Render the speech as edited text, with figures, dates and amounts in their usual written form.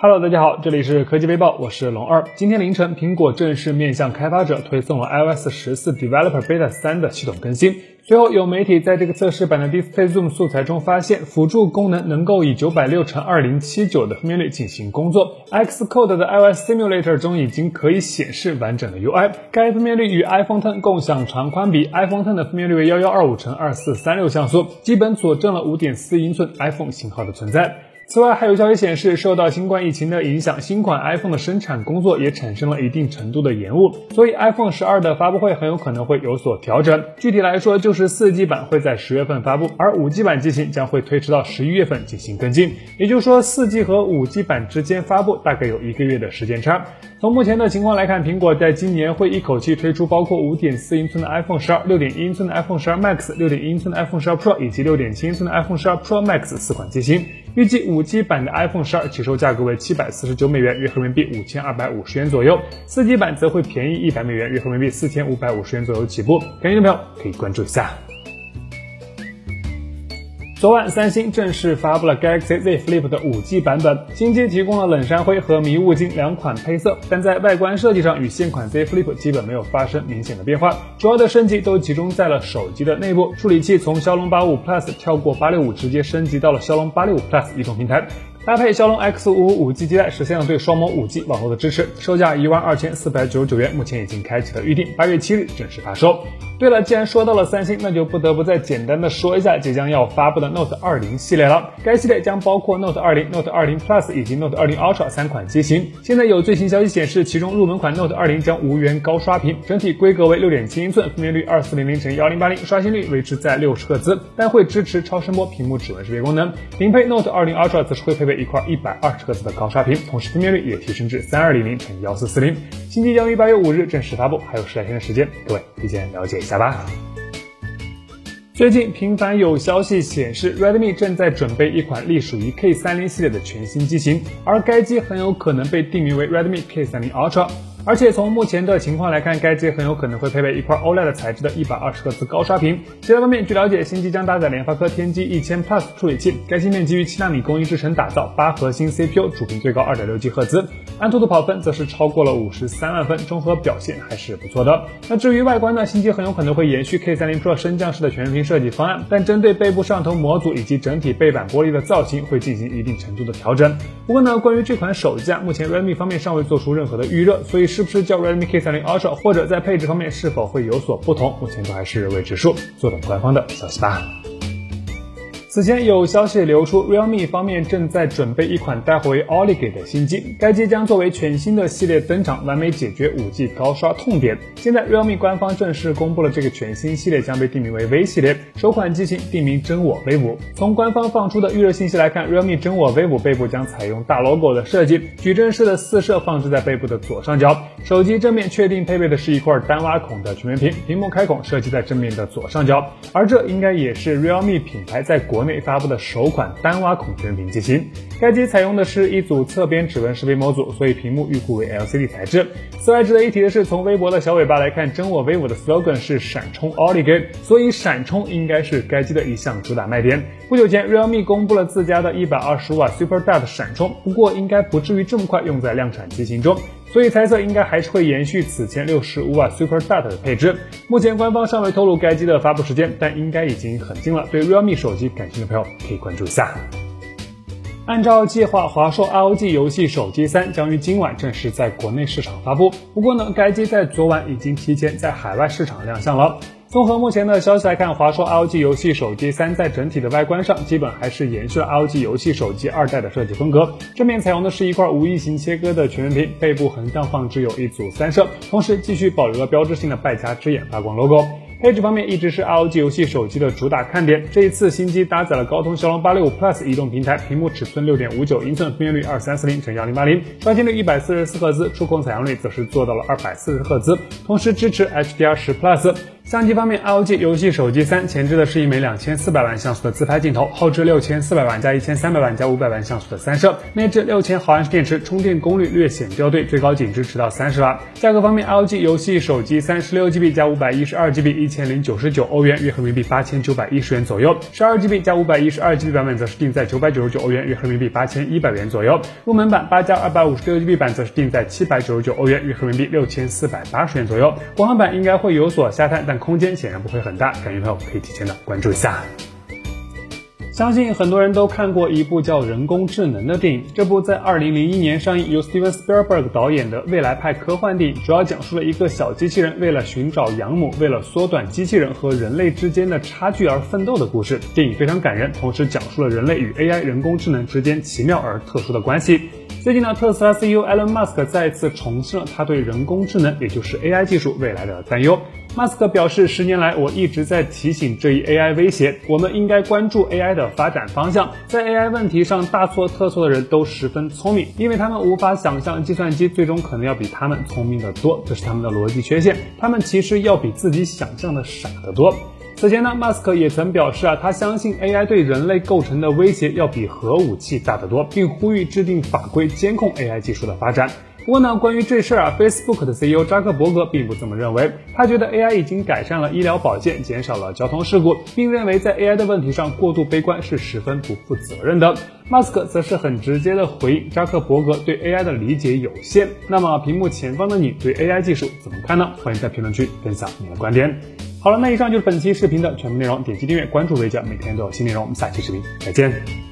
Hello， 大家好，这里是科技微报，我是龙二。今天凌晨，苹果正式面向开发者推送了 iOS 14 Developer Beta 3的系统更新。随后有媒体在这个测试版的 Display Zoom 素材中发现，辅助功能能够以 960x2079 的分辨率进行工作。Xcode 的 iOS Simulator 中已经可以显示完整的 UI， 该分辨率与 iPhone X 共享长宽比， iPhone X 的分辨率为 1125x2436像素，基本佐证了 5.4 英寸 iPhone 型号的存在。此外，还有消息显示，受到新冠疫情的影响，新款 iPhone 的生产工作也产生了一定程度的延误，所以 iPhone 12的发布会很有可能会有所调整。具体来说，就是 4G 版会在10月份发布，而 5G 版机型将会推迟到11月份进行跟进。也就是说， 4G 和 5G 版之间发布大概有1个月的时间差。从目前的情况来看，苹果在今年会一口气推出包括 5.4 英寸的 iPhone 12、6.1 英寸的 iPhone 12 Max、6.1 英寸的 iPhone 12 Pro 以及 6.7 英寸的 iPhone 12 Pro Max 4款机型。预计 5G 版的 iPhone 12起售价格为749美元，约合人民币5250元左右。4G 版则会便宜100美元，约合人民币4550元左右起步。感兴趣的朋友可以关注一下。昨晚，三星正式发布了 Galaxy Z Flip 的 5G 版本，新机提供了冷杉灰和迷雾金2款配色，但在外观设计上与现款 Z Flip 基本没有发生明显的变化，主要的升级都集中在了手机的内部，处理器从骁龙85 Plus 跳过865，直接升级到了骁龙865 Plus 移动平台。搭配骁龙 X55 5G 基带，实现了对双模 5G 网络的支持，售价12499元，目前已经开启了预定，8月7日正式发售。对了，既然说到了三星，那就不得不再简单的说一下即将要发布的 Note 20系列了。该系列将包括 Note 20、Note 20 Plus 以及 Note 20 Ultra 3款机型。现在有最新消息显示，其中入门款 Note 20将无缘高刷屏，整体规格为 6.7 英寸，分辨率 2400x1080，刷新率维持在60赫兹，但会支持超声波屏幕指纹识别功能。顶配 Note 20 Ultra 则是会配备一块120赫兹的高刷屏，同时分辨率也提升至 3200x1440。新机将于8月5日正式发布，还有10来天的时间，各位提前了解一下吧。最近频繁有消息显示 Redmi 正在准备一款隶属于 K30 系列的全新机型，而该机很有可能被定名为 Redmi K30 Ultra。而且从目前的情况来看，该机很有可能会配备一块 OLED 材质的120赫兹高刷屏。其他方面，据了解，新机将搭载联发科天玑1000 Plus 处理器，该芯片基于7纳米工艺制成打造，8核心 CPU， 主频最高 2.6G 赫兹，安兔兔跑分则是超过了53万分，综合表现还是不错的。那至于外观呢，新机很有可能会延续 K30 Pro 升降式的全面屏设计方案，但针对背部上头模组以及整体背板玻璃的造型会进行一定程度的调整。不过呢，关于这款手机目前 Redmi 方面尚未做出任何的预热，所以是不是叫 Redmi K30 Ultra 或者在配置方面是否会有所不同，目前都还是未知数，坐等官方的消息吧。此前有消息流出 Realme 方面正在准备一款代号为 Olive 的新机，该机将作为全新的系列登场，完美解决 5G 高刷痛点。现在 Realme 官方正式公布了这个全新系列将被定名为 V 系列，首款机型定名真我 V5。从官方放出的预热信息来看， Realme 真我 V5 背部将采用大 logo 的设计，矩阵式的四摄放置在背部的左上角，手机正面确定配备的是一块单挖孔的全面屏，屏幕开孔设计在正面的左上角，而这应该也是 Realme 品牌在国内发布的首款单挖孔全面屏机型。该机采用的是一组侧边指纹识别模组，所以屏幕预估为 LCD 材质。此外值得一提的是，从微博的小尾巴来看，真我 V5 的 slogan 是闪充 Olive， 所以闪充应该是该机的一项主打卖点。不久前 Realme 公布了自家的125瓦 Super Dart 闪充，不过应该不至于这么快用在量产机型中，所以猜测应该还是会延续此前65瓦 Super Dart 的配置。目前官方尚未透露该机的发布时间，但应该已经很近了，对 Realme 手机感兴趣的朋友可以关注一下。按照计划，华硕 ROG 游戏手机3将于今晚正式在国内市场发布。不过呢，该机在昨晚已经提前在海外市场亮相了。综合目前的消息来看，华硕 ROG 游戏手机3在整体的外观上基本还是延续了 ROG 游戏手机2代的设计风格，正面采用的是一块无异形切割的全面屏，背部横向放置有一组三摄，同时继续保留了标志性的败家之眼发光 logo。配置方面一直是 ROG 游戏手机的主打看点，这一次新机搭载了高通骁龙865 Plus 移动平台，屏幕尺寸 6.59 英寸，分辨率 2340x1080，刷新率144赫兹，触控采样率则是做到了240赫兹，同时支持 HDR10 Plus。 相机方面 ，ROG 游戏手机3前置的是一枚2400万像素的自拍镜头，后置6400万加1300万加500万像素的三摄，内置6000毫安时电池，充电功率略显掉队，最高仅支持到30瓦。价格方面 ，ROG 游戏手机16GB 加512GB1099欧元，约合人民币8910元左右；12GB 加512GB 版本则是定在999欧元，约合人民币8100元左右。入门版8加256GB 版则是定在799欧元，约合人民币6480元左右。国行版应该会有所下探，但空间显然不会很大，感兴趣朋友可以提前的关注一下。相信很多人都看过一部叫《人工智能》的电影，这部在2001年上映，由 Steven Spielberg 导演的未来派科幻电影，主要讲述了一个小机器人为了寻找养母，为了缩短机器人和人类之间的差距而奋斗的故事。电影非常感人，同时讲述了人类与 AI 人工智能之间奇妙而特殊的关系。最近呢，特斯拉 CEO Elon Musk 再次重申了他对人工智能，也就是 AI 技术未来的担忧。马斯克表示，10年来我一直在提醒这一 AI 威胁，我们应该关注 AI 的发展方向。在 AI 问题上大错特错的人都十分聪明，因为他们无法想象计算机最终可能要比他们聪明得多，这是他们的逻辑缺陷，他们其实要比自己想象的傻得多。此前呢，马斯克也曾表示他相信 AI 对人类构成的威胁要比核武器大得多，并呼吁制定法规监控 AI 技术的发展。不过呢，关于这事Facebook 的 CEO 扎克伯格并不这么认为，他觉得 AI 已经改善了医疗保健，减少了交通事故，并认为在 AI 的问题上过度悲观是十分不负责任的。马斯克则是很直接的回应扎克伯格对 AI 的理解有限。那么屏幕前方的你对 AI 技术怎么看呢？欢迎在评论区分享你的观点。好了，那以上就是本期视频的全部内容，点击订阅关注微教，每天都有新内容，我们下期视频再见。